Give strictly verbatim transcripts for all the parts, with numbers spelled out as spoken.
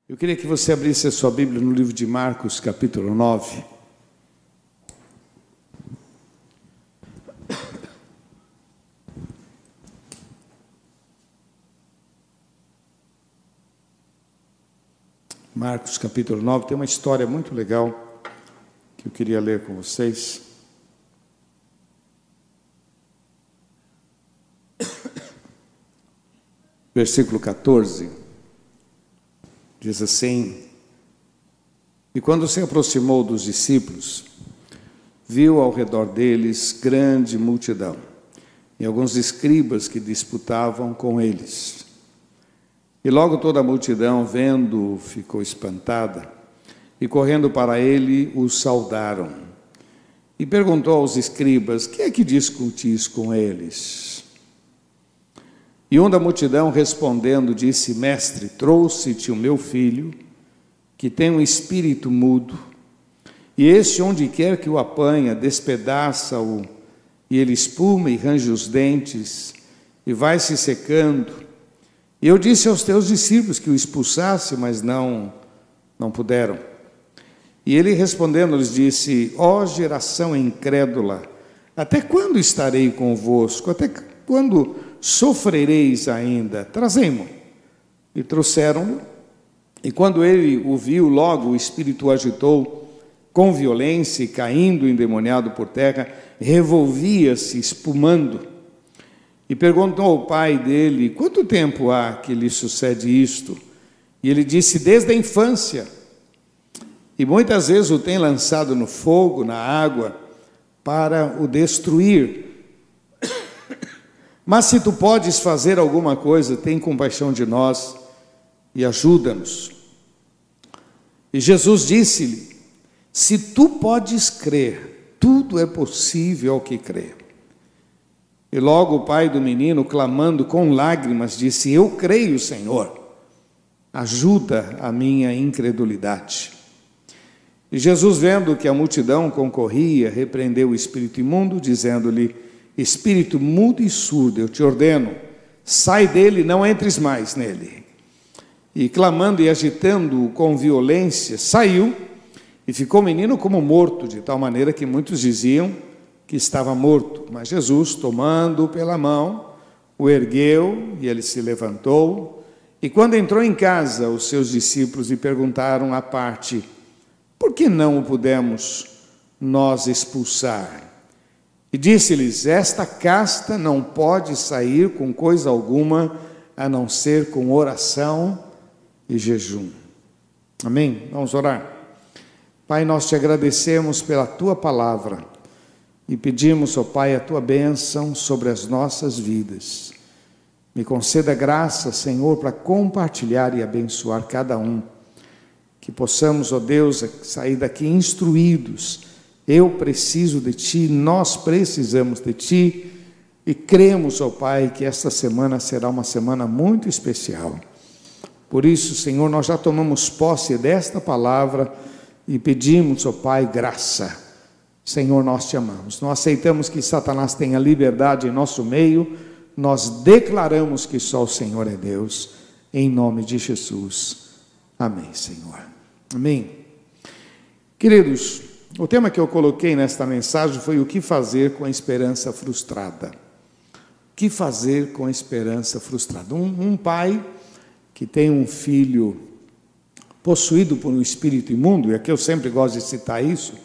Eu queria que você abrisse a sua Bíblia no livro de Marcos, capítulo nove. Marcos, capítulo nove, tem uma história muito legal que eu queria ler com vocês. Versículo quatorze. Diz assim: E quando se aproximou dos discípulos, viu ao redor deles grande multidão, e alguns escribas que disputavam com eles. E logo toda a multidão, vendo-o, ficou espantada, e correndo para ele, o saudaram. E perguntou aos escribas: Que é que discutis com eles? E um da multidão, respondendo, disse: Mestre, trouxe-te o meu filho, que tem um espírito mudo, e este, onde quer que o apanha, despedaça-o, e ele espuma e range os dentes, e vai se secando. E eu disse aos teus discípulos que o expulsasse, mas não, não puderam. E ele respondendo lhes disse: Ó geração incrédula, até quando estarei convosco? Até quando sofrereis ainda? Trazei-mo. E trouxeram-no, e quando ele o viu, logo o espírito o agitou com violência, e caindo endemoniado por terra, revolvia-se, espumando. E perguntou ao pai dele: Quanto tempo há que lhe sucede isto? E ele disse: Desde a infância. E muitas vezes o tem lançado no fogo, na água, para o destruir. Mas se tu podes fazer alguma coisa, tem compaixão de nós e ajuda-nos. E Jesus disse-lhe: Se tu podes crer, tudo é possível ao que crê. E logo o pai do menino, clamando com lágrimas, disse: Eu creio, Senhor, ajuda a minha incredulidade. E Jesus, vendo que a multidão concorria, repreendeu o espírito imundo, dizendo-lhe: Espírito mudo e surdo, eu te ordeno, sai dele, não entres mais nele. E clamando e agitando-o com violência, saiu, e ficou o menino como morto, de tal maneira que muitos diziam que estava morto. Mas Jesus, tomando-o pela mão, o ergueu, e ele se levantou. E quando entrou em casa, os seus discípulos lhe perguntaram à parte: Por que não o pudemos nós expulsar? E disse-lhes: Esta casta não pode sair com coisa alguma, a não ser com oração e jejum. Amém? Vamos orar. Pai, nós te agradecemos pela tua palavra e pedimos, ó Pai, a tua bênção sobre as nossas vidas. Me conceda graça, Senhor, para compartilhar e abençoar cada um. Que possamos, ó Deus, sair daqui instruídos. Eu preciso de Ti, nós precisamos de Ti, e cremos, ó Pai, que esta semana será uma semana muito especial. Por isso, Senhor, nós já tomamos posse desta palavra e pedimos, ó Pai, graça. Senhor, nós te amamos. Nós aceitamos que Satanás tenha liberdade em nosso meio, nós declaramos que só o Senhor é Deus, em nome de Jesus. Amém, Senhor. Amém. Queridos, o tema que eu coloquei nesta mensagem foi o que fazer com a esperança frustrada. O que fazer com a esperança frustrada? Um, um pai que tem um filho possuído por um espírito imundo, e aqui eu sempre gosto de citar isso,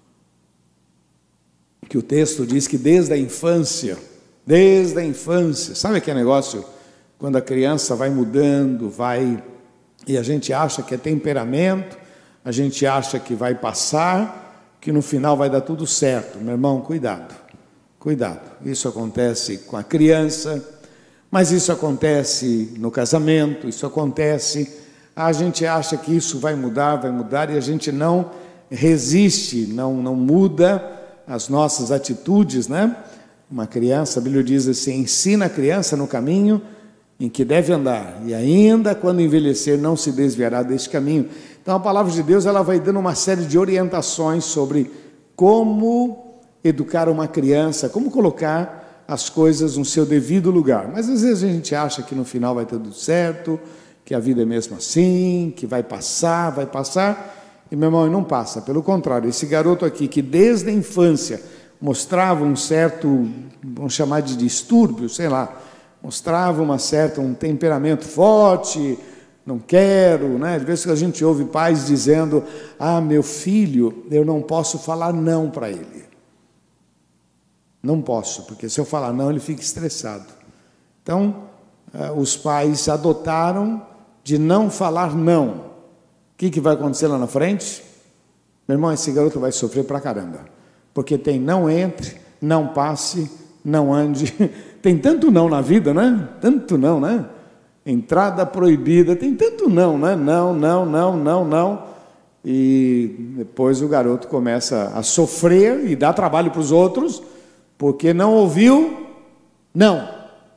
que o texto diz que desde a infância, desde a infância, sabe aquele negócio, quando a criança vai mudando, vai, e a gente acha que é temperamento, a gente acha que vai passar, que no final vai dar tudo certo. Meu irmão, cuidado, cuidado. Isso acontece com a criança, mas isso acontece no casamento, isso acontece, a gente acha que isso vai mudar, vai mudar, e a gente não resiste, não, não muda as nossas atitudes, né? Uma criança, a Bíblia diz assim: ensina a criança no caminho em que deve andar, e ainda quando envelhecer não se desviará deste caminho. Então a palavra de Deus, ela vai dando uma série de orientações sobre como educar uma criança, como colocar as coisas no seu devido lugar. Mas às vezes a gente acha que no final vai ter tudo certo, que a vida é mesmo assim, que vai passar, vai passar. E, meu irmão, não passa. Pelo contrário, esse garoto aqui, que desde a infância mostrava um certo, vamos chamar de distúrbio, sei lá, mostrava uma certa, um temperamento forte, não quero, né? Às vezes a gente ouve pais dizendo, ah, meu filho, eu não posso falar não para ele. Não posso, porque se eu falar não, ele fica estressado. Então, os pais adotaram de não falar não. O que, que vai acontecer lá na frente? Meu irmão, esse garoto vai sofrer pra caramba. Porque tem não entre, não passe, não ande. Tem tanto não na vida, né? Tanto não, né? Entrada proibida, tem tanto não, né? Não, não, não, não, não. E depois o garoto começa a sofrer e dá trabalho para os outros, porque não ouviu não.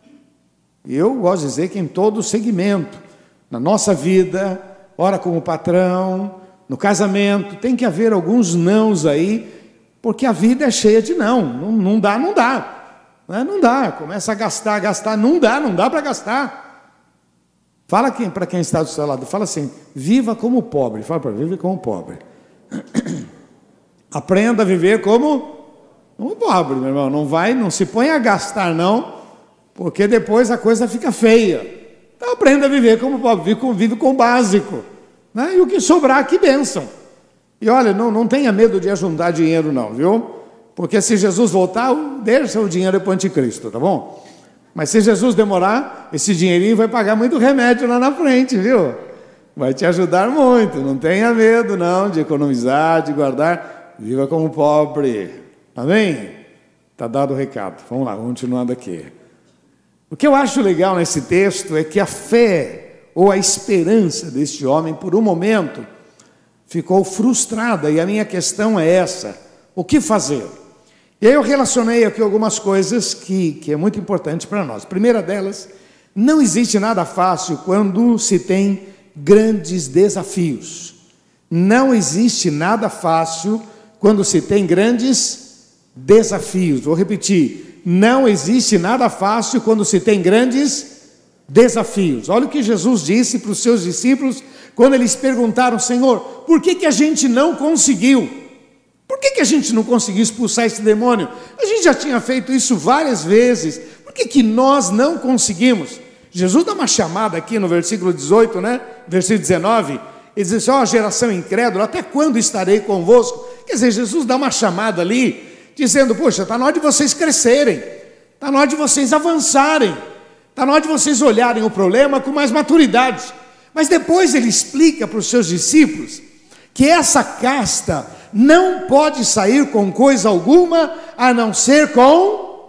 E eu gosto de dizer que em todo segmento, na nossa vida, ora como patrão, no casamento, tem que haver alguns nãos aí, porque a vida é cheia de não. Não, não dá, não dá. Não, é, não dá. Começa a gastar, gastar, não dá, não dá para gastar. Fala para quem está do seu lado, fala assim, viva como pobre. Fala para viver como pobre. Aprenda a viver como, como pobre, meu irmão. Não vai, não se põe a gastar, não, porque depois a coisa fica feia. Então aprenda a viver como pobre, vive com, vive com o básico, né? E o que sobrar, que bênção. E olha, não, não tenha medo de ajuntar dinheiro não, viu? Porque se Jesus voltar, deixa o dinheiro para o anticristo, tá bom? Mas se Jesus demorar, esse dinheirinho vai pagar muito remédio lá na frente, viu? Vai te ajudar muito, não tenha medo não de economizar, de guardar, viva como pobre, amém? Está dado o recado, vamos lá, continuando aqui. O que eu acho legal nesse texto é que a fé ou a esperança deste homem, por um momento, ficou frustrada. E a minha questão é essa, o que fazer? E aí eu relacionei aqui algumas coisas que, que é muito importante para nós. A primeira delas, não existe nada fácil quando se tem grandes desafios. Não existe nada fácil quando se tem grandes desafios. Vou repetir. Não existe nada fácil quando se tem grandes desafios. Olha o que Jesus disse para os seus discípulos quando eles perguntaram, Senhor, por que, que a gente não conseguiu? Por que, que a gente não conseguiu expulsar esse demônio? A gente já tinha feito isso várias vezes. Por que, que nós não conseguimos? Jesus dá uma chamada aqui no versículo dezoito, né? Versículo dezenove. Ele diz assim, ó, geração incrédula, até quando estarei convosco? Quer dizer, Jesus dá uma chamada ali, dizendo, poxa, está na hora de vocês crescerem, está na hora de vocês avançarem, está na hora de vocês olharem o problema com mais maturidade. Mas depois ele explica para os seus discípulos que essa casta não pode sair com coisa alguma, a não ser com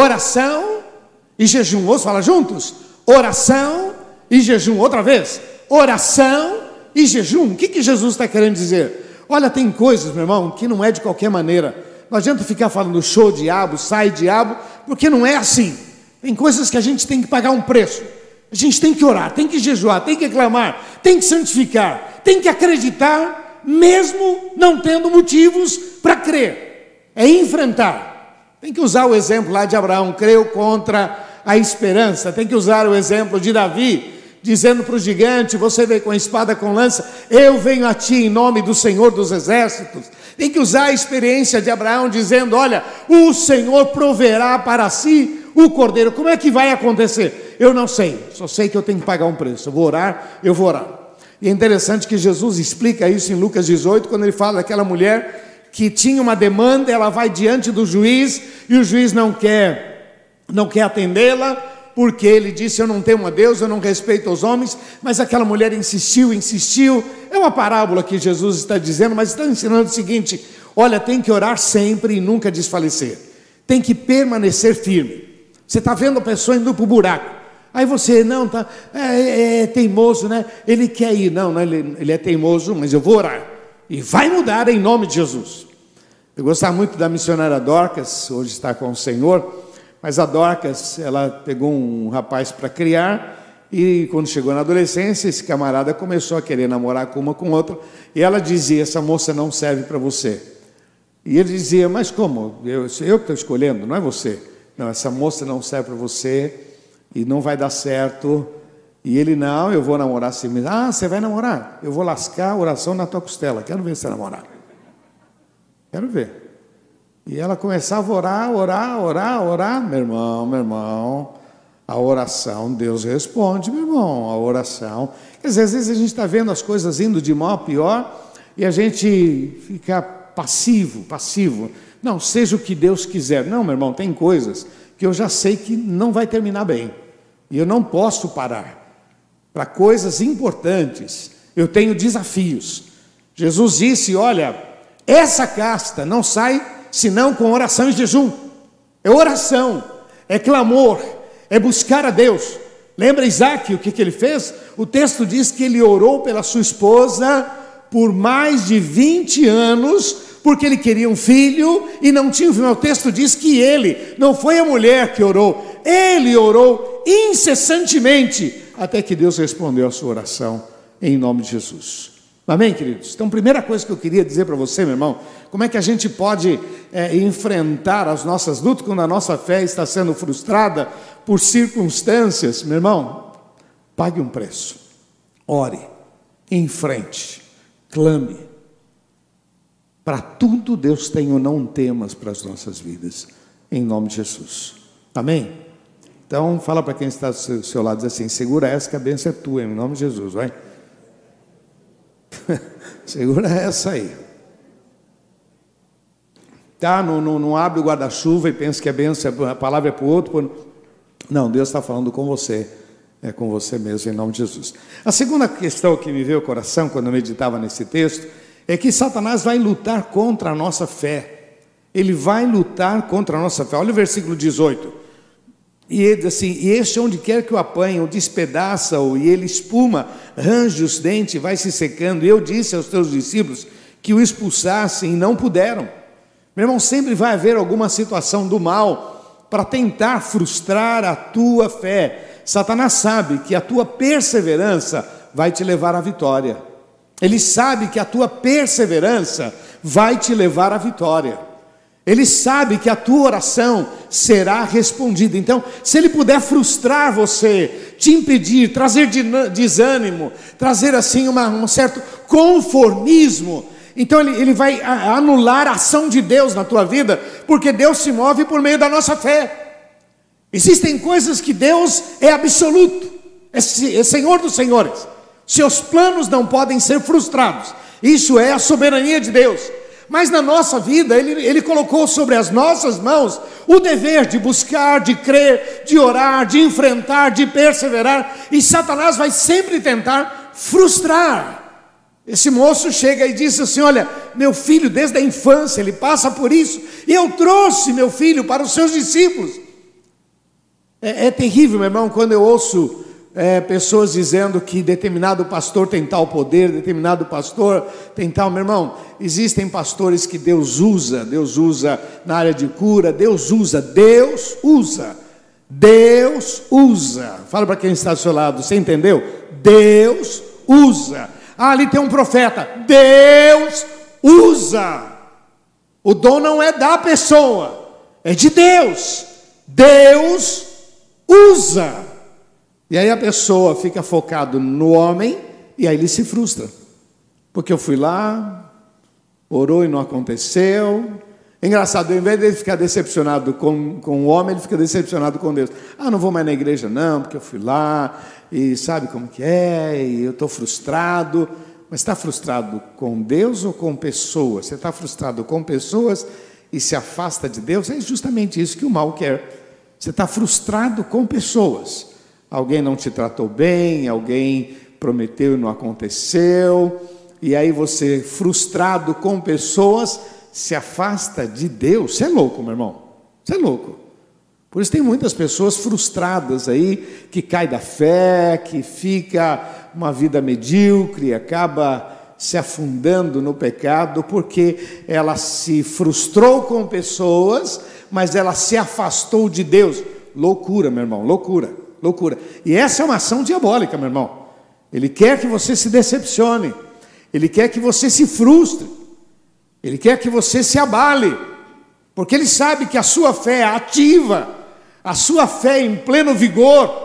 oração e jejum. Vamos falar juntos? Oração e jejum. Outra vez, oração e jejum. O que, que Jesus está querendo dizer? Olha, tem coisas, meu irmão, que não é de qualquer maneira. Não adianta ficar falando show diabo, sai diabo, porque não é assim. Tem coisas que a gente tem que pagar um preço. A gente tem que orar, tem que jejuar, tem que clamar, tem que santificar, tem que acreditar, mesmo não tendo motivos para crer. É enfrentar. Tem que usar o exemplo lá de Abraão, creu contra a esperança. Tem que usar o exemplo de Davi, dizendo para o gigante, você vem com a espada, com lança, eu venho a ti em nome do Senhor dos Exércitos. Tem que usar a experiência de Abraão, dizendo, olha, o Senhor proverá para si o cordeiro. Como é que vai acontecer? Eu não sei, só sei que eu tenho que pagar um preço. Eu vou orar, eu vou orar. E é interessante que Jesus explica isso em Lucas dezoito, quando ele fala daquela mulher que tinha uma demanda, ela vai diante do juiz, e o juiz não quer, não quer atendê-la, porque ele disse, eu não temo a Deus, eu não respeito os homens, mas aquela mulher insistiu, insistiu. É uma parábola que Jesus está dizendo, mas está ensinando o seguinte, olha, tem que orar sempre e nunca desfalecer. Tem que permanecer firme. Você está vendo a pessoa indo para o buraco. Aí você, não, tá, é, é, é teimoso, né? Ele quer ir. Não, não ele, ele é teimoso, mas eu vou orar. E vai mudar em nome de Jesus. Eu gostava muito da missionária Dorcas, hoje está com o Senhor, mas a Dorcas, ela pegou um rapaz para criar, e quando chegou na adolescência, esse camarada começou a querer namorar com uma com outra, e ela dizia, essa moça não serve para você. E ele dizia, mas como? Eu, eu que estou escolhendo, não é você. Não, essa moça não serve para você, e não vai dar certo. E ele, não, eu vou namorar assim mesmo. Ah, você vai namorar? Eu vou lascar a oração na tua costela. Quero ver você namorar. Quero ver. E ela começava a orar, orar, orar, orar. Meu irmão, meu irmão, a oração, Deus responde, meu irmão, a oração. Quer dizer, às vezes a gente está vendo as coisas indo de mal a pior e a gente fica passivo, passivo. Não, seja o que Deus quiser. Não, meu irmão, tem coisas que eu já sei que não vai terminar bem. E eu não posso parar. Para coisas importantes, eu tenho desafios. Jesus disse, olha, essa casta não sai senão com oração e jejum. É oração, é clamor, é buscar a Deus. Lembra Isaac, o que, que ele fez? O texto diz que ele orou pela sua esposa por mais de vinte anos, porque ele queria um filho e não tinha um filho. O texto diz que ele, não foi a mulher que orou, ele orou incessantemente, até que Deus respondeu a sua oração, em nome de Jesus. Amém, queridos? Então, primeira coisa que eu queria dizer para você, meu irmão, como é que a gente pode é, enfrentar as nossas lutas quando a nossa fé está sendo frustrada por circunstâncias? Meu irmão, pague um preço, ore, enfrente, clame. Para tudo Deus tem ou não temas para as nossas vidas, em nome de Jesus. Amém? Então, fala para quem está do seu, seu lado, diz assim, segura essa que a bênção é tua, em nome de Jesus, vai. Segura essa aí. Tá, não, não, não abre o guarda-chuva e pensa que a bênção, a palavra é para o outro. Não, Deus está falando com você. É com você mesmo, em nome de Jesus. A segunda questão que me veio ao coração quando eu meditava nesse texto é que Satanás vai lutar contra a nossa fé. Ele vai lutar contra a nossa fé. Olha o versículo dezoito. E ele diz assim, e este onde quer que o apanhe, o despedaça-o, e ele espuma, range os dentes, vai se secando. E eu disse aos teus discípulos que o expulsassem e não puderam. Meu irmão, sempre vai haver alguma situação do mal para tentar frustrar a tua fé. Satanás sabe que a tua perseverança vai te levar à vitória. Ele sabe que a tua perseverança vai te levar à vitória. Ele sabe que a tua oração será respondida. Então, se ele puder frustrar você, te impedir, trazer desânimo, trazer assim uma, um certo conformismo, então ele, ele vai anular a ação de Deus na tua vida, porque Deus se move por meio da nossa fé. Existem coisas que Deus é absoluto, é, é Senhor dos senhores. Seus planos não podem ser frustrados. Isso é a soberania de Deus. Mas na nossa vida, ele, ele colocou sobre as nossas mãos o dever de buscar, de crer, de orar, de enfrentar, de perseverar. E Satanás vai sempre tentar frustrar. Esse moço chega e diz assim, olha, meu filho desde a infância, ele passa por isso. E eu trouxe meu filho para os seus discípulos. É, é terrível, meu irmão, quando eu ouço... É, pessoas dizendo que determinado pastor tem tal poder, determinado pastor tem tal, meu irmão, existem pastores que Deus usa, Deus usa na área de cura, Deus usa, Deus usa, Deus usa, fala para quem está do seu lado, você entendeu? Deus usa, ah, ali tem um profeta, Deus usa, o dom não é da pessoa, é de Deus, Deus usa. E aí a pessoa fica focado no homem e aí ele se frustra. Porque eu fui lá, orou e não aconteceu. É engraçado, ao invés de ele ficar decepcionado com, com o homem, ele fica decepcionado com Deus. Ah, não vou mais na igreja não, porque eu fui lá e sabe como que é, e eu estou frustrado. Mas está frustrado com Deus ou com pessoas? Você está frustrado com pessoas e se afasta de Deus? É justamente isso que o mal quer. Você está frustrado com pessoas. Alguém não te tratou bem, alguém prometeu e não aconteceu, e aí você, frustrado com pessoas, se afasta de Deus. Você é louco, meu irmão, você é louco. Por isso tem muitas pessoas frustradas aí, que cai da fé, que fica uma vida medíocre, acaba se afundando no pecado, porque ela se frustrou com pessoas, mas ela se afastou de Deus. Loucura, meu irmão, loucura. Loucura. E essa é uma ação diabólica, meu irmão. Ele quer que você se decepcione. Ele quer que você se frustre. Ele quer que você se abale. Porque ele sabe que a sua fé ativa, a sua fé em pleno vigor,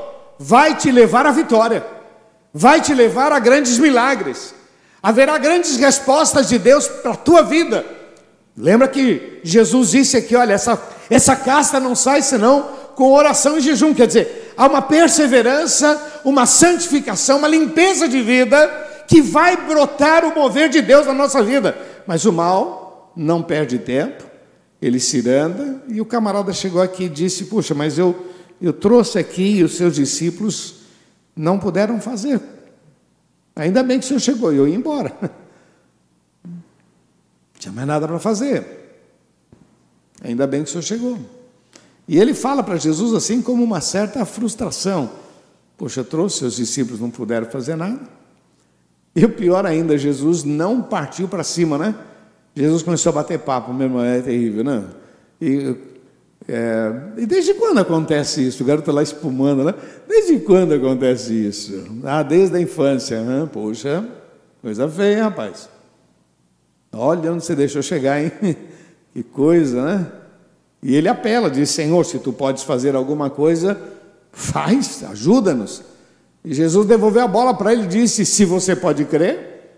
vai te levar à vitória, vai te levar a grandes milagres. Haverá grandes respostas de Deus para a tua vida. Lembra que Jesus disse aqui, olha, essa, essa casta não sai senão com oração e jejum. Quer dizer, há uma perseverança, uma santificação, uma limpeza de vida que vai brotar o mover de Deus na nossa vida. Mas o mal não perde tempo, ele ciranda. E o camarada chegou aqui e disse, puxa, mas eu, eu trouxe aqui e os seus discípulos não puderam fazer. Ainda bem que o senhor chegou, e eu ia embora. Não tinha mais nada para fazer. Ainda bem que o senhor chegou. E ele fala para Jesus assim como uma certa frustração. Poxa, eu trouxe, seus discípulos não puderam fazer nada. E o pior ainda, Jesus não partiu para cima, né? Jesus começou a bater papo, meu irmão, é terrível, né? E, é, e desde quando acontece isso? O garoto está lá espumando, né? Desde quando acontece isso? Ah, desde a infância. Né? Poxa, coisa feia, rapaz. Olha onde você deixou chegar, hein? Que coisa, né? E ele apela, diz, Senhor, se tu podes fazer alguma coisa, faz, ajuda-nos. E Jesus devolveu a bola para ele e disse, se você pode crer,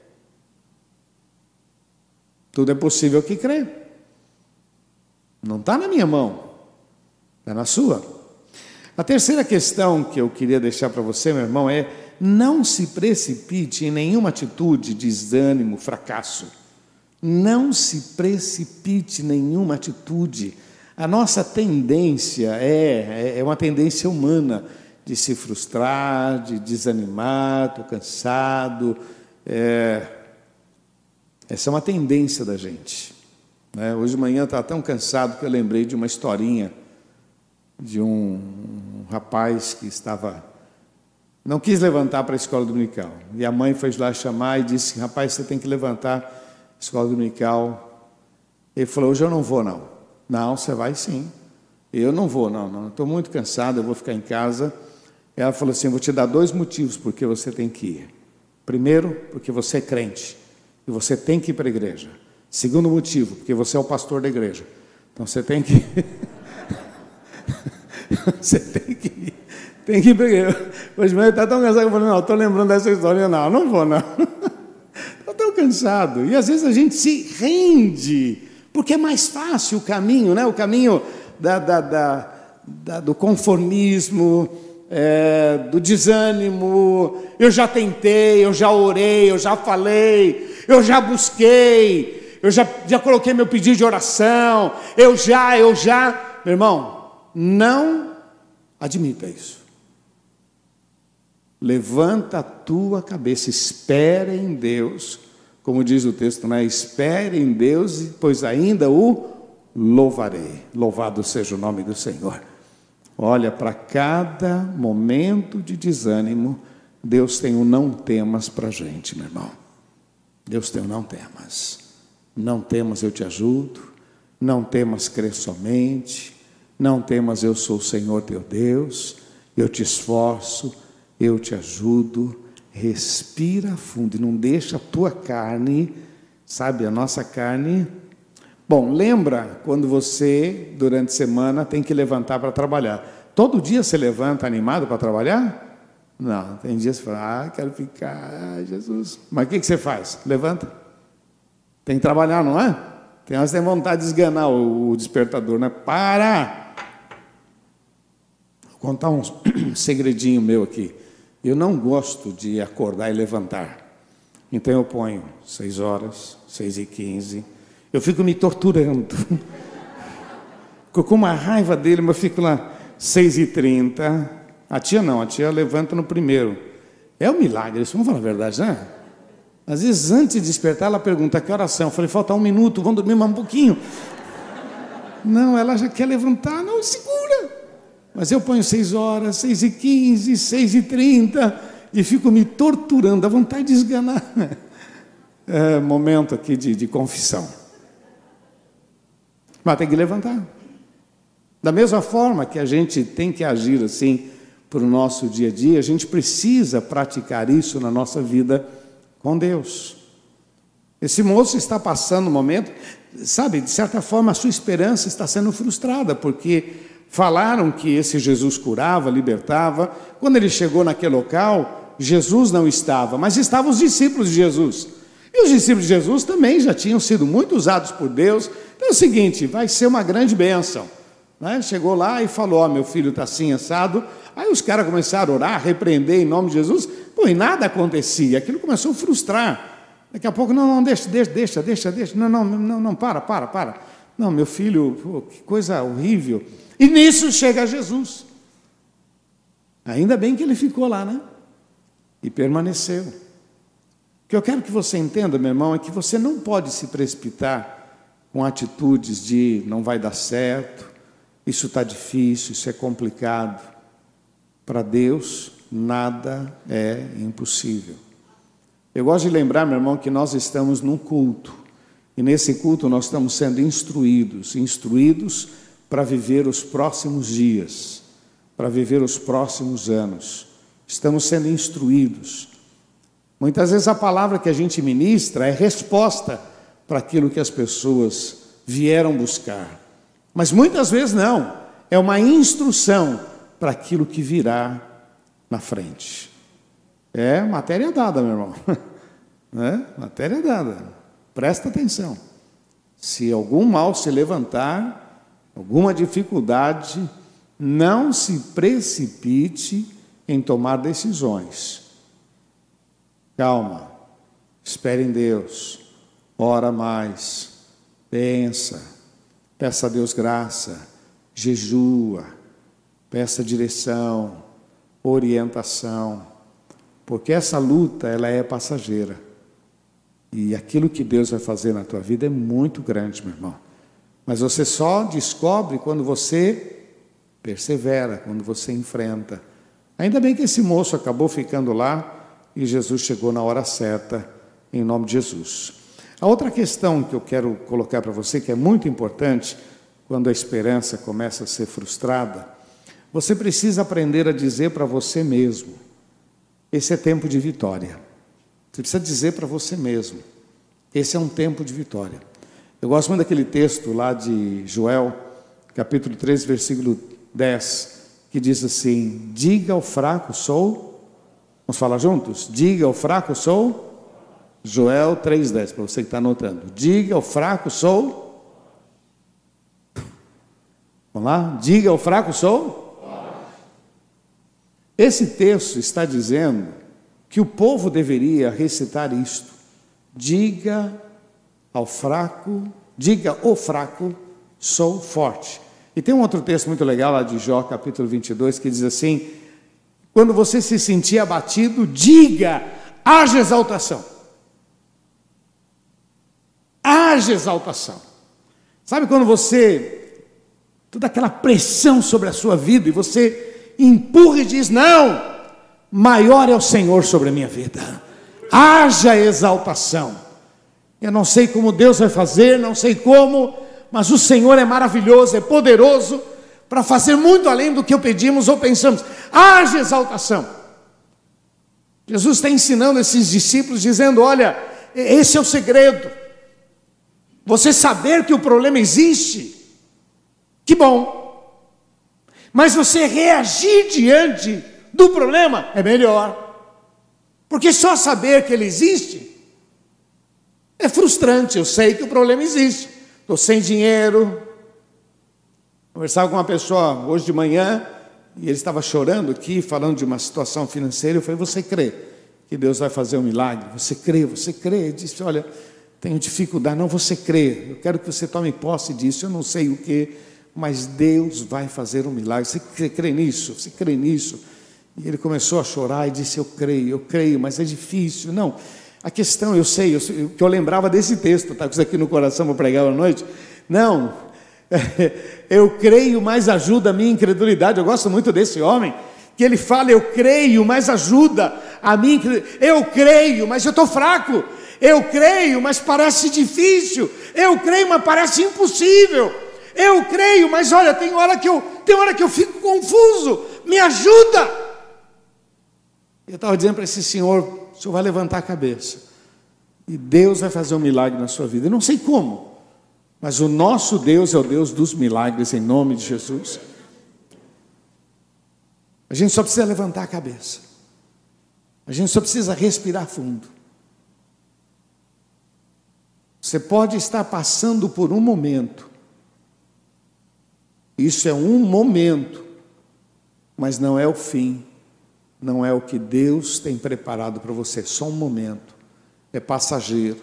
tudo é possível que crê. Não está na minha mão, está na sua. A terceira questão que eu queria deixar para você, meu irmão, é não se precipite em nenhuma atitude de desânimo, fracasso. Não se precipite em nenhuma atitude. A nossa tendência é, é uma tendência humana de se frustrar, de desanimar, estou cansado. É, essa é uma tendência da gente. Né? Hoje de manhã eu estava tão cansado que eu lembrei de uma historinha de um, um rapaz que estava, não quis levantar para a escola dominical. E a mãe foi lá chamar e disse, rapaz, você tem que levantar a escola dominical. Ele falou, hoje eu não vou não. Não, você vai sim. Eu não vou, não, não. Estou muito cansado, eu vou ficar em casa. Ela falou assim, vou te dar dois motivos porque você tem que ir. Primeiro, porque você é crente e você tem que ir para a igreja. Segundo motivo, porque você é o pastor da igreja. Então você tem que você tem que ir, tem que ir para a igreja. Hoje mesmo está tão cansado que eu falei, não, estou lembrando dessa história, não, não vou, não. Estou tão cansado. E às vezes a gente se rende, porque é mais fácil o caminho, né? O caminho da, da, da, da, do conformismo, é, do desânimo. Eu já tentei, eu já orei, eu já falei, eu já busquei, eu já, já coloquei meu pedido de oração, eu já, eu já. Meu irmão, não admita isso. Levanta a tua cabeça, espere em Deus, como diz o texto, né? Espere em Deus, pois ainda o louvarei. Louvado seja o nome do Senhor. Olha, para cada momento de desânimo, Deus tem um não temas para a gente, meu irmão. Deus tem um não temas. Não temas, eu te ajudo. Não temas, crer somente. Não temas, eu sou o Senhor teu Deus. Eu te esforço, eu te ajudo. Respira fundo e não deixa a tua carne, sabe, a nossa carne. Bom, lembra quando você, durante a semana, tem que levantar para trabalhar. Todo dia você levanta animado para trabalhar? Não, tem dias que você fala, ah, quero ficar, ah, Jesus. Mas o que, que você faz? Levanta. Tem que trabalhar, não é? Tem horas que tem vontade de esganar o, o despertador, né? Para! Vou contar um segredinho meu aqui. Eu não gosto de acordar e levantar. Então eu ponho seis horas, seis e quinze. Eu fico me torturando. Fico com uma raiva dele, mas eu fico lá, seis e trinta. A tia não, a tia levanta no primeiro. É um milagre, isso, vamos falar a verdade, né? Às vezes, antes de despertar, ela pergunta, que oração? Eu falei, falta um minuto, vamos dormir mais um pouquinho. Não, ela já quer levantar, não, segura. Mas eu ponho seis horas, seis e quinze, seis e trinta, e fico me torturando, dá vontade de esganar. É, momento aqui de, de confissão. Mas tem que levantar. Da mesma forma que a gente tem que agir assim para o nosso dia a dia, a gente precisa praticar isso na nossa vida com Deus. Esse moço está passando um momento, sabe, de certa forma a sua esperança está sendo frustrada, porque falaram que esse Jesus curava, libertava. Quando ele chegou naquele local, Jesus não estava, mas estavam os discípulos de Jesus. E os discípulos de Jesus também já tinham sido muito usados por Deus. Então é o seguinte, vai ser uma grande bênção. Né? Chegou lá e falou, ó, meu filho está assim, assado. Aí os caras começaram a orar, repreender em nome de Jesus. Pô, e nada acontecia. Aquilo começou a frustrar. Daqui a pouco, não, não, deixa, deixa, deixa, deixa, deixa. Não, não, não, não, para, para, para. Não, meu filho, pô, que coisa horrível. E nisso chega Jesus. Ainda bem que ele ficou lá, né? E permaneceu. O que eu quero que você entenda, meu irmão, é que você não pode se precipitar com atitudes de não vai dar certo, isso está difícil, isso é complicado. Para Deus, nada é impossível. Eu gosto de lembrar, meu irmão, que nós estamos num culto. E nesse culto nós estamos sendo instruídos, instruídos para viver os próximos dias, para viver os próximos anos. Estamos sendo instruídos. Muitas vezes a palavra que a gente ministra é resposta para aquilo que as pessoas vieram buscar. Mas muitas vezes não, é uma instrução para aquilo que virá na frente. É matéria dada, meu irmão. É matéria dada. Presta atenção. Se algum mal se levantar, alguma dificuldade, não se precipite em tomar decisões. Calma, espere em Deus, ora mais, pensa, peça a Deus graça, jejua, peça direção, orientação, porque essa luta, ela é passageira. E aquilo que Deus vai fazer na tua vida é muito grande, meu irmão. Mas você só descobre quando você persevera, quando você enfrenta. Ainda bem que esse moço acabou ficando lá e Jesus chegou na hora certa, em nome de Jesus. A outra questão que eu quero colocar para você, que é muito importante, quando a esperança começa a ser frustrada, você precisa aprender a dizer para você mesmo, esse é tempo de vitória. Você precisa dizer para você mesmo, esse é um tempo de vitória. Eu gosto muito daquele texto lá de Joel, capítulo três, versículo dez, que diz assim, diga ao fraco sou, vamos falar juntos? Diga ao fraco sou, Joel três, dez, para você que está anotando. Diga ao fraco sou, vamos lá? Diga ao fraco sou. Esse texto está dizendo que o povo deveria recitar isto. Diga ao fraco, diga ao fraco, sou forte. E tem um outro texto muito legal lá de Jó, capítulo vinte e dois, que diz assim, quando você se sentir abatido, diga, haja exaltação. Haja exaltação. Sabe quando você, toda aquela pressão sobre a sua vida, e você empurra e diz, não, maior é o Senhor sobre a minha vida. Haja exaltação. Eu não sei como Deus vai fazer, não sei como, mas o Senhor é maravilhoso, é poderoso, para fazer muito além do que eu pedimos ou pensamos. Haja exaltação. Jesus está ensinando esses discípulos, dizendo, olha, esse é o segredo. Você saber que o problema existe, que bom. Mas você reagir diante do problema é melhor. Porque só saber que ele existe é frustrante. Eu sei que o problema existe. Estou sem dinheiro. Conversava com uma pessoa hoje de manhã e ele estava chorando aqui, falando de uma situação financeira. Eu falei, você crê que Deus vai fazer um milagre? Você crê, você crê? Ele disse, olha, tenho dificuldade. Não, você crê. Eu quero que você tome posse disso. Eu não sei o que, mas Deus vai fazer um milagre. Você crê nisso? Você crê nisso? E ele começou a chorar e disse, eu creio, eu creio, mas é difícil. Não, a questão, eu sei, eu, que eu lembrava desse texto, está com isso aqui no coração para pregar à noite. Não, eu creio, mas ajuda a minha incredulidade. Eu gosto muito desse homem, que ele fala, eu creio, mas ajuda a minha incredulidade. Eu creio, mas eu estou fraco. Eu creio, mas parece difícil. Eu creio, mas parece impossível. Eu creio, mas olha, tem hora que eu, tem hora que eu fico confuso. Me ajuda. Eu estava dizendo para esse senhor, o senhor vai levantar a cabeça. E Deus vai fazer um milagre na sua vida. Eu não sei como, mas o nosso Deus é o Deus dos milagres, em nome de Jesus. A gente só precisa levantar a cabeça. A gente só precisa respirar fundo. Você pode estar passando por um momento. Isso é um momento, mas não é o fim. Não é o que Deus tem preparado para você. Só um momento. É passageiro.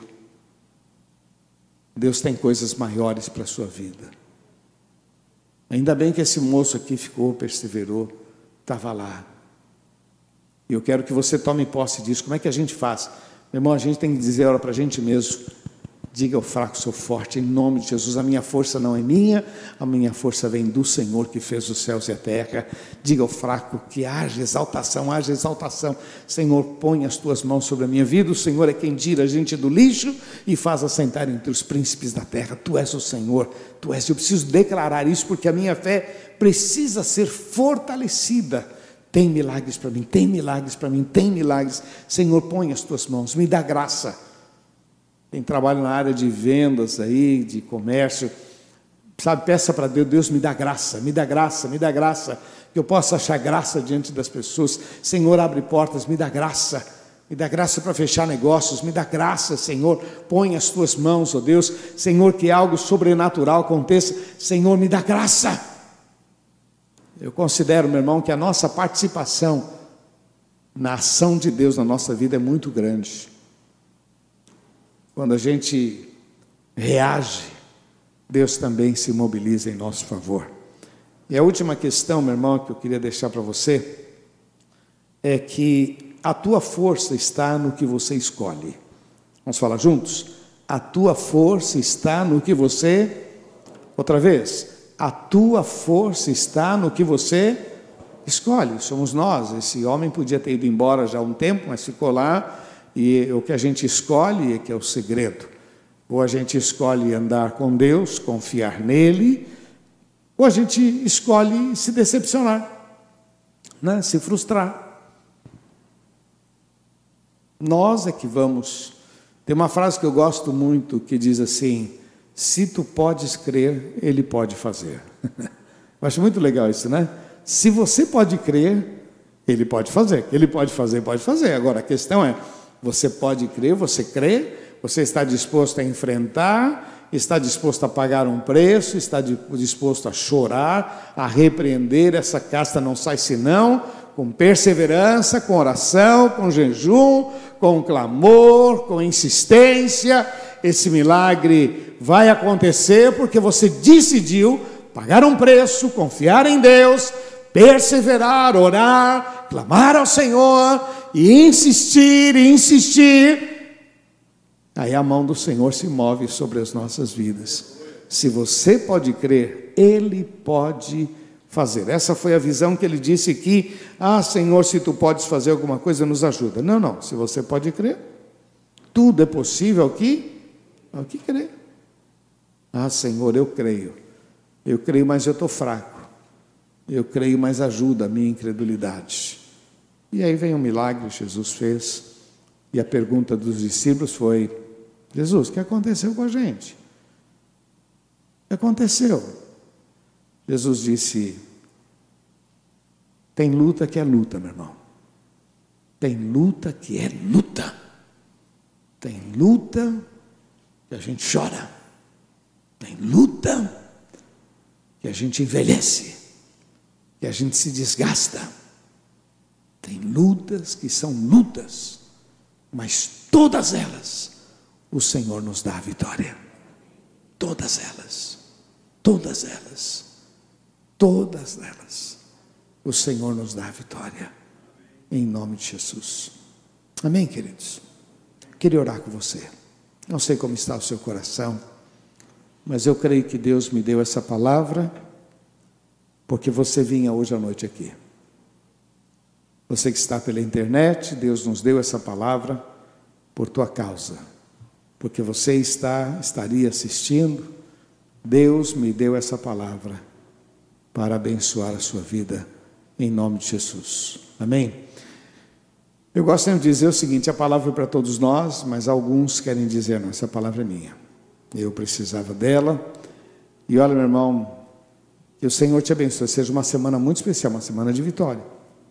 Deus tem coisas maiores para a sua vida. Ainda bem que esse moço aqui ficou, perseverou, estava lá. E eu quero que você tome posse disso. Como é que a gente faz? Meu irmão, a gente tem que dizer ora para a gente mesmo. Diga ao fraco, sou forte, em nome de Jesus. A minha força não é minha, a minha força vem do Senhor que fez os céus e a terra. Diga ao fraco que haja exaltação, haja exaltação. Senhor, põe as tuas mãos sobre a minha vida. O Senhor é quem tira a gente do lixo e faz assentar entre os príncipes da terra. Tu és o Senhor, tu és. Eu preciso declarar isso porque a minha fé precisa ser fortalecida. Tem milagres para mim, tem milagres para mim, tem milagres. Senhor, põe as tuas mãos, me dá graça. Tem trabalho na área de vendas aí, de comércio, sabe, peça para Deus, Deus me dá graça, me dá graça, me dá graça, que eu possa achar graça diante das pessoas. Senhor, abre portas, me dá graça, me dá graça para fechar negócios, me dá graça, Senhor, põe as tuas mãos, ó Deus, Senhor, que algo sobrenatural aconteça, Senhor, me dá graça. Eu considero, meu irmão, que a nossa participação na ação de Deus na nossa vida é muito grande. Quando a gente reage, Deus também se mobiliza em nosso favor. E a última questão, meu irmão, que eu queria deixar para você, é que a tua força está no que você escolhe. Vamos falar juntos? A tua força está no que você... Outra vez. A tua força está no que você escolhe. Somos nós. Esse homem podia ter ido embora já há um tempo, mas ficou lá. E o que a gente escolhe é que é o segredo. Ou a gente escolhe andar com Deus, confiar nele, ou a gente escolhe se decepcionar, né? Se frustrar. Nós é que vamos... Tem uma frase que eu gosto muito que diz assim: se tu podes crer, ele pode fazer. Eu acho muito legal isso, né? Se você pode crer, ele pode fazer. Ele pode fazer, pode fazer. Agora a questão é... Você pode crer, você crê, você está disposto a enfrentar, está disposto a pagar um preço, está disposto a chorar, a repreender, essa casta não sai senão com perseverança, com oração, com jejum, com clamor, com insistência. Esse milagre vai acontecer porque você decidiu pagar um preço, confiar em Deus, perseverar, orar, clamar ao Senhor e insistir, e insistir. Aí a mão do Senhor se move sobre as nossas vidas. Se você pode crer, Ele pode fazer. Essa foi a visão que ele disse aqui. Ah, Senhor, se tu podes fazer alguma coisa, nos ajuda. Não, não, se você pode crer, tudo é possível aqui, ao que crer. Ah, Senhor, eu creio. Eu creio, mas eu estou fraco. Eu creio, mas ajuda a minha incredulidade. E aí vem um milagre, Jesus fez. E a pergunta dos discípulos foi: Jesus, o que aconteceu com a gente? O que aconteceu? Jesus disse: tem luta que é luta, meu irmão. Tem luta que é luta. Tem luta que a gente chora. Tem luta que a gente envelhece, que a gente se desgasta. Tem lutas que são lutas, mas todas elas, o Senhor nos dá a vitória. Todas elas, todas elas, todas elas, o Senhor nos dá a vitória, em nome de Jesus. Amém, queridos? Queria orar com você. Não sei como está o seu coração, mas eu creio que Deus me deu essa palavra, porque você vinha hoje à noite aqui. Você que está pela internet, Deus nos deu essa palavra por tua causa, porque você está, estaria assistindo. Deus me deu essa palavra para abençoar a sua vida, em nome de Jesus. Amém? Eu gosto sempre de dizer o seguinte: a palavra é para todos nós, mas alguns querem dizer: não, essa palavra é minha, eu precisava dela. E olha, meu irmão, que o Senhor te abençoe, seja uma semana muito especial, uma semana de vitória.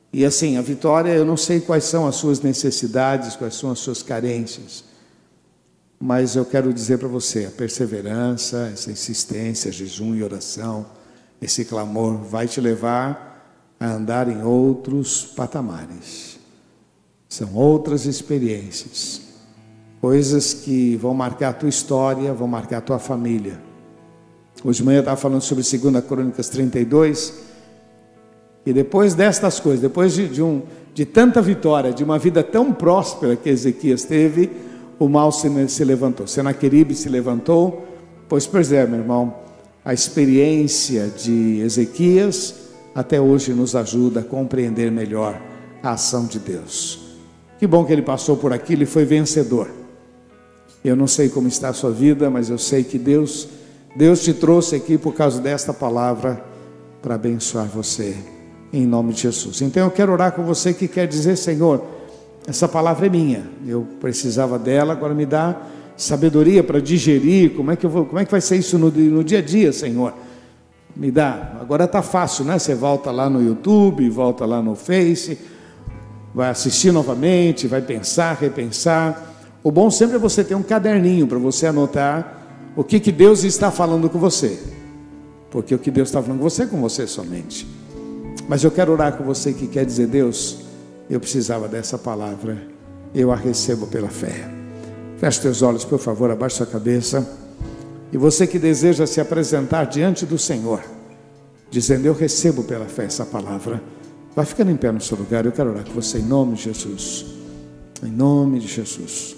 E assim, a Vitória, eu não sei quais são as suas necessidades, quais são as suas carências, mas eu quero dizer para você, a perseverança, essa insistência, jejum e oração, esse clamor vai te levar a andar em outros patamares. São outras experiências, coisas que vão marcar a tua história, vão marcar a tua família. Hoje de manhã eu estava falando sobre segunda Crônicas trinta e dois, e depois destas coisas, depois de, de, um, de tanta vitória, de uma vida tão próspera que Ezequias teve, o mal se, se levantou. Senaqueribe se levantou. Pois, pois é, meu irmão, a experiência de Ezequias até hoje nos ajuda a compreender melhor a ação de Deus. Que bom que ele passou por aquilo e foi vencedor. Eu não sei como está a sua vida, mas eu sei que Deus, Deus te trouxe aqui por causa desta palavra para abençoar você, em nome de Jesus. Então eu quero orar com você que quer dizer: Senhor, essa palavra é minha, eu precisava dela, agora me dá sabedoria para digerir. Como é que eu vou, como é que vai ser isso no, no dia a dia, Senhor? Me dá. Agora está fácil, né? Você volta lá no YouTube, volta lá no Face, vai assistir novamente, vai pensar, repensar. O bom sempre é você ter um caderninho para você anotar o que, que Deus está falando com você, porque o que Deus está falando com você é com você somente. Mas eu quero orar com você que quer dizer: Deus, eu precisava dessa palavra, eu a recebo pela fé. Feche teus olhos, por favor, abaixe sua cabeça. E você que deseja se apresentar diante do Senhor, dizendo: eu recebo pela fé essa palavra, vai ficando em pé no seu lugar. Eu quero orar com você em nome de Jesus, em nome de Jesus.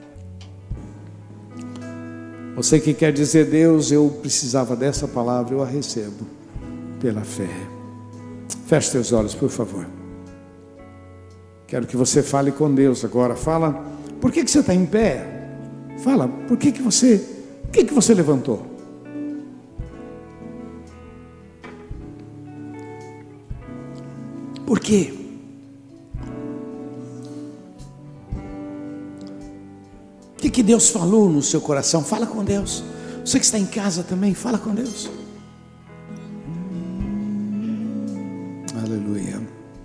Você que quer dizer: Deus, eu precisava dessa palavra, eu a recebo pela fé. Feche teus olhos, por favor. Quero que você fale com Deus agora. Fala, por que, que você está em pé? Fala, por que, que você, por que, que você levantou? Por quê? O que, que Deus falou no seu coração? Fala com Deus. Você que está em casa também, fala com Deus. Aleluia.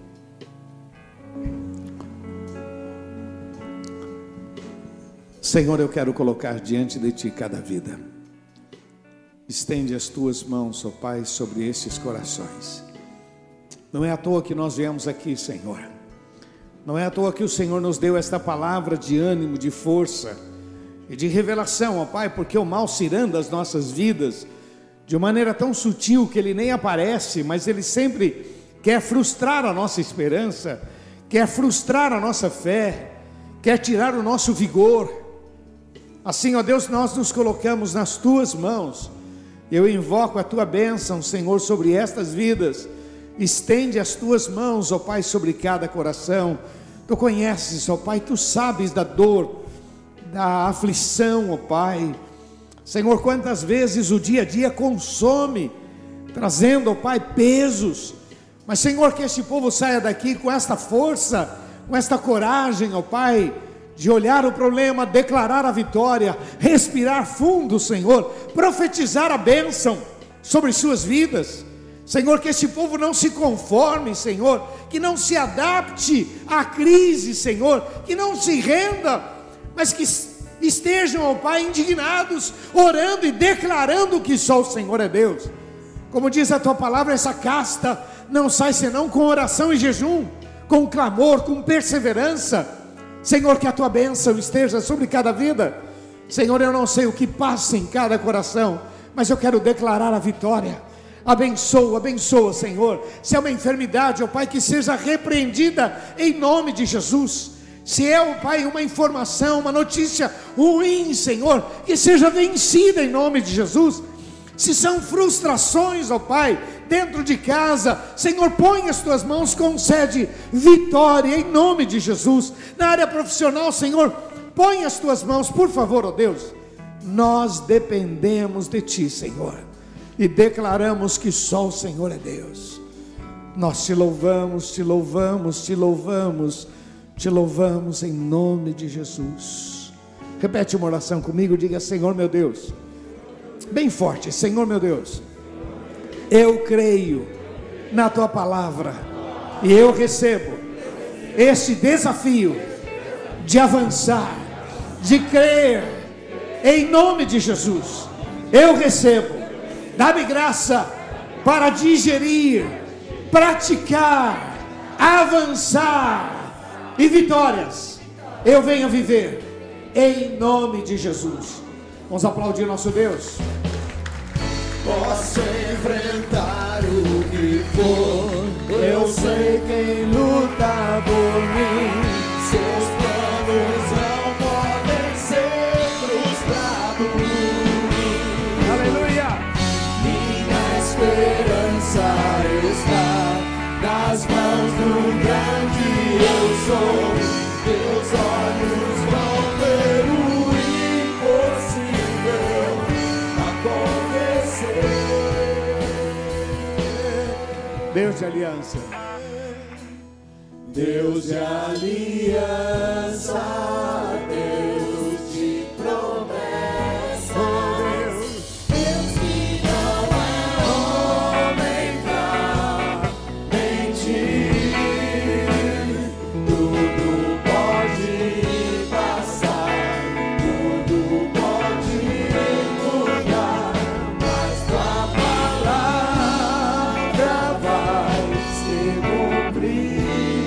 Senhor, eu quero colocar diante de Ti cada vida. Estende as Tuas mãos, ó Pai, sobre estes corações. Não é à toa que nós viemos aqui, Senhor. Não é à toa que o Senhor nos deu esta palavra de ânimo, de força e de revelação, ó Pai, porque o mal ciranda as nossas vidas de uma maneira tão sutil que ele nem aparece, mas ele sempre quer frustrar a nossa esperança, quer frustrar a nossa fé, quer tirar o nosso vigor. Assim, ó Deus, nós nos colocamos nas Tuas mãos. Eu invoco a Tua bênção, Senhor, sobre estas vidas. Estende as Tuas mãos, ó Pai, sobre cada coração. Tu conheces, ó Pai, Tu sabes da dor, da aflição, ó Pai. Senhor, quantas vezes o dia a dia consome, trazendo, ó Pai, pesos. Mas, Senhor, que este povo saia daqui com esta força, com esta coragem, ó Pai, de olhar o problema, declarar a vitória, respirar fundo, Senhor, profetizar a bênção sobre suas vidas. Senhor, que este povo não se conforme, Senhor, que não se adapte à crise, Senhor, que não se renda, mas que estejam, ó Pai, indignados, orando e declarando que só o Senhor é Deus. Como diz a Tua palavra, essa casta não sai senão com oração e jejum, com clamor, com perseverança. Senhor, que a Tua bênção esteja sobre cada vida. Senhor, eu não sei o que passa em cada coração, mas eu quero declarar a vitória. Abençoa, abençoa, Senhor. Se é uma enfermidade, ó Pai, que seja repreendida em nome de Jesus. Se é, ó Pai, uma informação, uma notícia ruim, Senhor, que seja vencida em nome de Jesus. Se são frustrações, ó Pai, dentro de casa, Senhor, põe as Tuas mãos, concede vitória em nome de Jesus. Na área profissional, Senhor, põe as Tuas mãos, por favor, ó Deus. Nós dependemos de Ti, Senhor, e declaramos que só o Senhor é Deus. Nós Te louvamos, Te louvamos, Te louvamos, Te louvamos em nome de Jesus. Repete uma oração comigo, diga: Senhor meu Deus, bem forte, Senhor meu Deus, eu creio na Tua palavra, E eu recebo este desafio de avançar, de crer, em nome de Jesus. Eu recebo. Dá-me graça para digerir, praticar, avançar e vitórias eu venho a viver em nome de Jesus. Vamos aplaudir nosso Deus. Posso enfrentar o que for, eu sei quem luta por mim. Seus planos não podem ser frustrados. Aleluia! Minha esperança está nas mãos do grande eu sou. Teus olhos vão ver o impossível acontecer. Deus de aliança. Deus de aliança, Deus de promessa. Oh Deus, Deus que não é homem pra mentir. Tudo pode passar, tudo pode mudar, mas tua palavra vai se cumprir.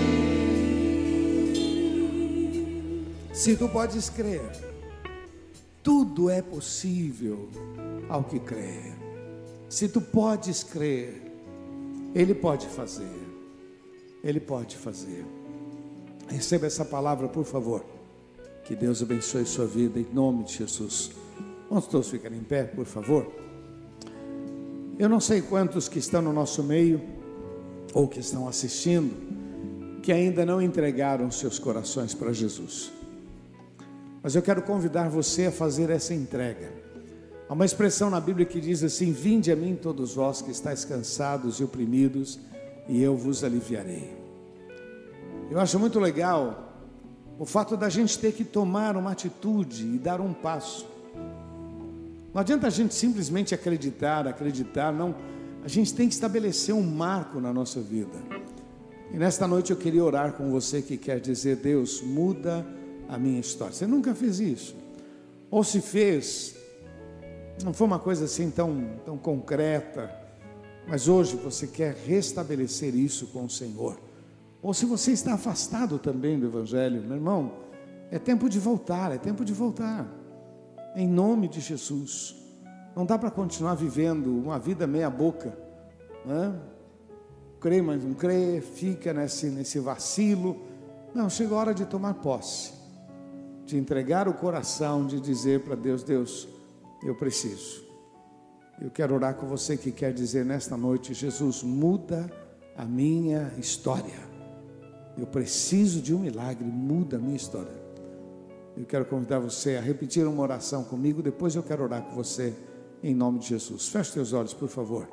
se tu podes crer, tudo é possível ao que crê. Se tu podes crer, Ele pode fazer. Ele pode fazer. Receba essa palavra, por favor. Que Deus abençoe sua vida em nome de Jesus. Vamos todos ficar em pé, por favor. Eu não sei quantos que estão no nosso meio ou que estão assistindo que ainda não entregaram seus corações para Jesus. Mas eu quero convidar você a fazer essa entrega. Há uma expressão na Bíblia que diz assim: vinde a mim todos vós que estáis cansados e oprimidos, e eu vos aliviarei. Eu acho muito legal o fato da gente ter que tomar uma atitude e dar um passo. Não adianta a gente simplesmente acreditar, acreditar, não. A gente tem que estabelecer um marco na nossa vida. E nesta noite eu queria orar com você que quer dizer: Deus, muda a minha história. Você nunca fez isso? Ou se fez, não foi uma coisa assim tão, tão concreta, mas hoje você quer restabelecer isso com o Senhor. Ou se você está afastado também do Evangelho, meu irmão, é tempo de voltar, é tempo de voltar. Em nome de Jesus. Não dá para continuar vivendo uma vida meia boca, né? Crê, mas não crê, fica nesse, nesse vacilo. Não, chega a hora de tomar posse, de entregar o coração, de dizer para Deus: Deus, eu preciso. Eu quero orar com você que quer dizer nesta noite: Jesus, muda a minha história. Eu preciso de um milagre, muda a minha história. Eu quero convidar você a repetir uma oração comigo, depois eu quero orar com você em nome de Jesus. Feche teus olhos, por favor.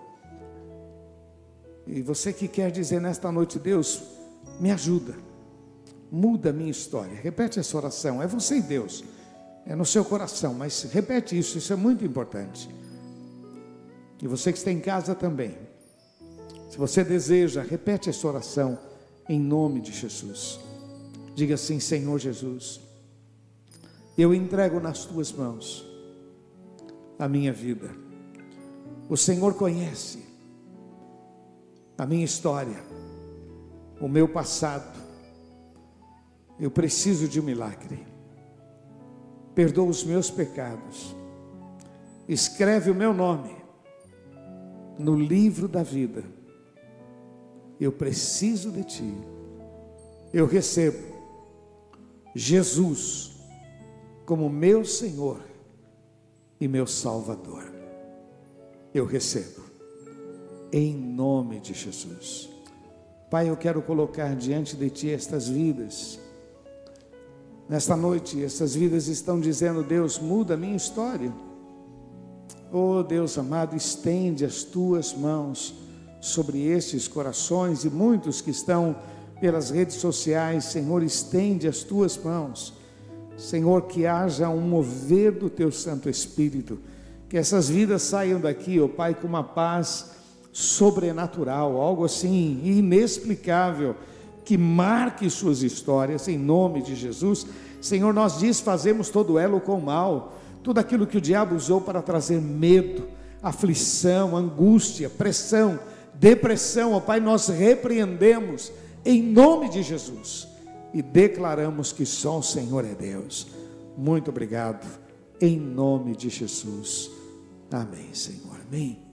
E você que quer dizer nesta noite: Deus, me ajuda, muda a minha história. Repete essa oração, é você e Deus, é no seu coração, mas repete isso, isso é muito importante. E você que está em casa também, se você deseja, repete essa oração em nome de Jesus. Diga assim: Senhor Jesus, eu entrego nas tuas mãos a minha vida. O Senhor conhece a minha história, o meu passado. Eu preciso de um milagre. Perdoa os meus pecados. Escreve o meu nome no livro da vida. Eu preciso de ti. Eu recebo Jesus como meu Senhor e meu Salvador. Eu recebo em nome de Jesus. Pai, eu quero colocar diante de ti estas vidas. Nesta noite, essas vidas estão dizendo: Deus, muda a minha história. Oh Deus amado, estende as tuas mãos sobre estes corações e muitos que estão pelas redes sociais. Senhor, estende as tuas mãos. Senhor, que haja um mover do teu Santo Espírito, que essas vidas saiam daqui, ó Pai, com uma paz sobrenatural, algo assim inexplicável, que marque suas histórias, em nome de Jesus. Senhor, nós desfazemos todo elo com o mal, tudo aquilo que o diabo usou para trazer medo, aflição, angústia, pressão, depressão, ó Pai, nós repreendemos em nome de Jesus e declaramos que só o Senhor é Deus. Muito obrigado, em nome de Jesus. Amém, Senhor, amém.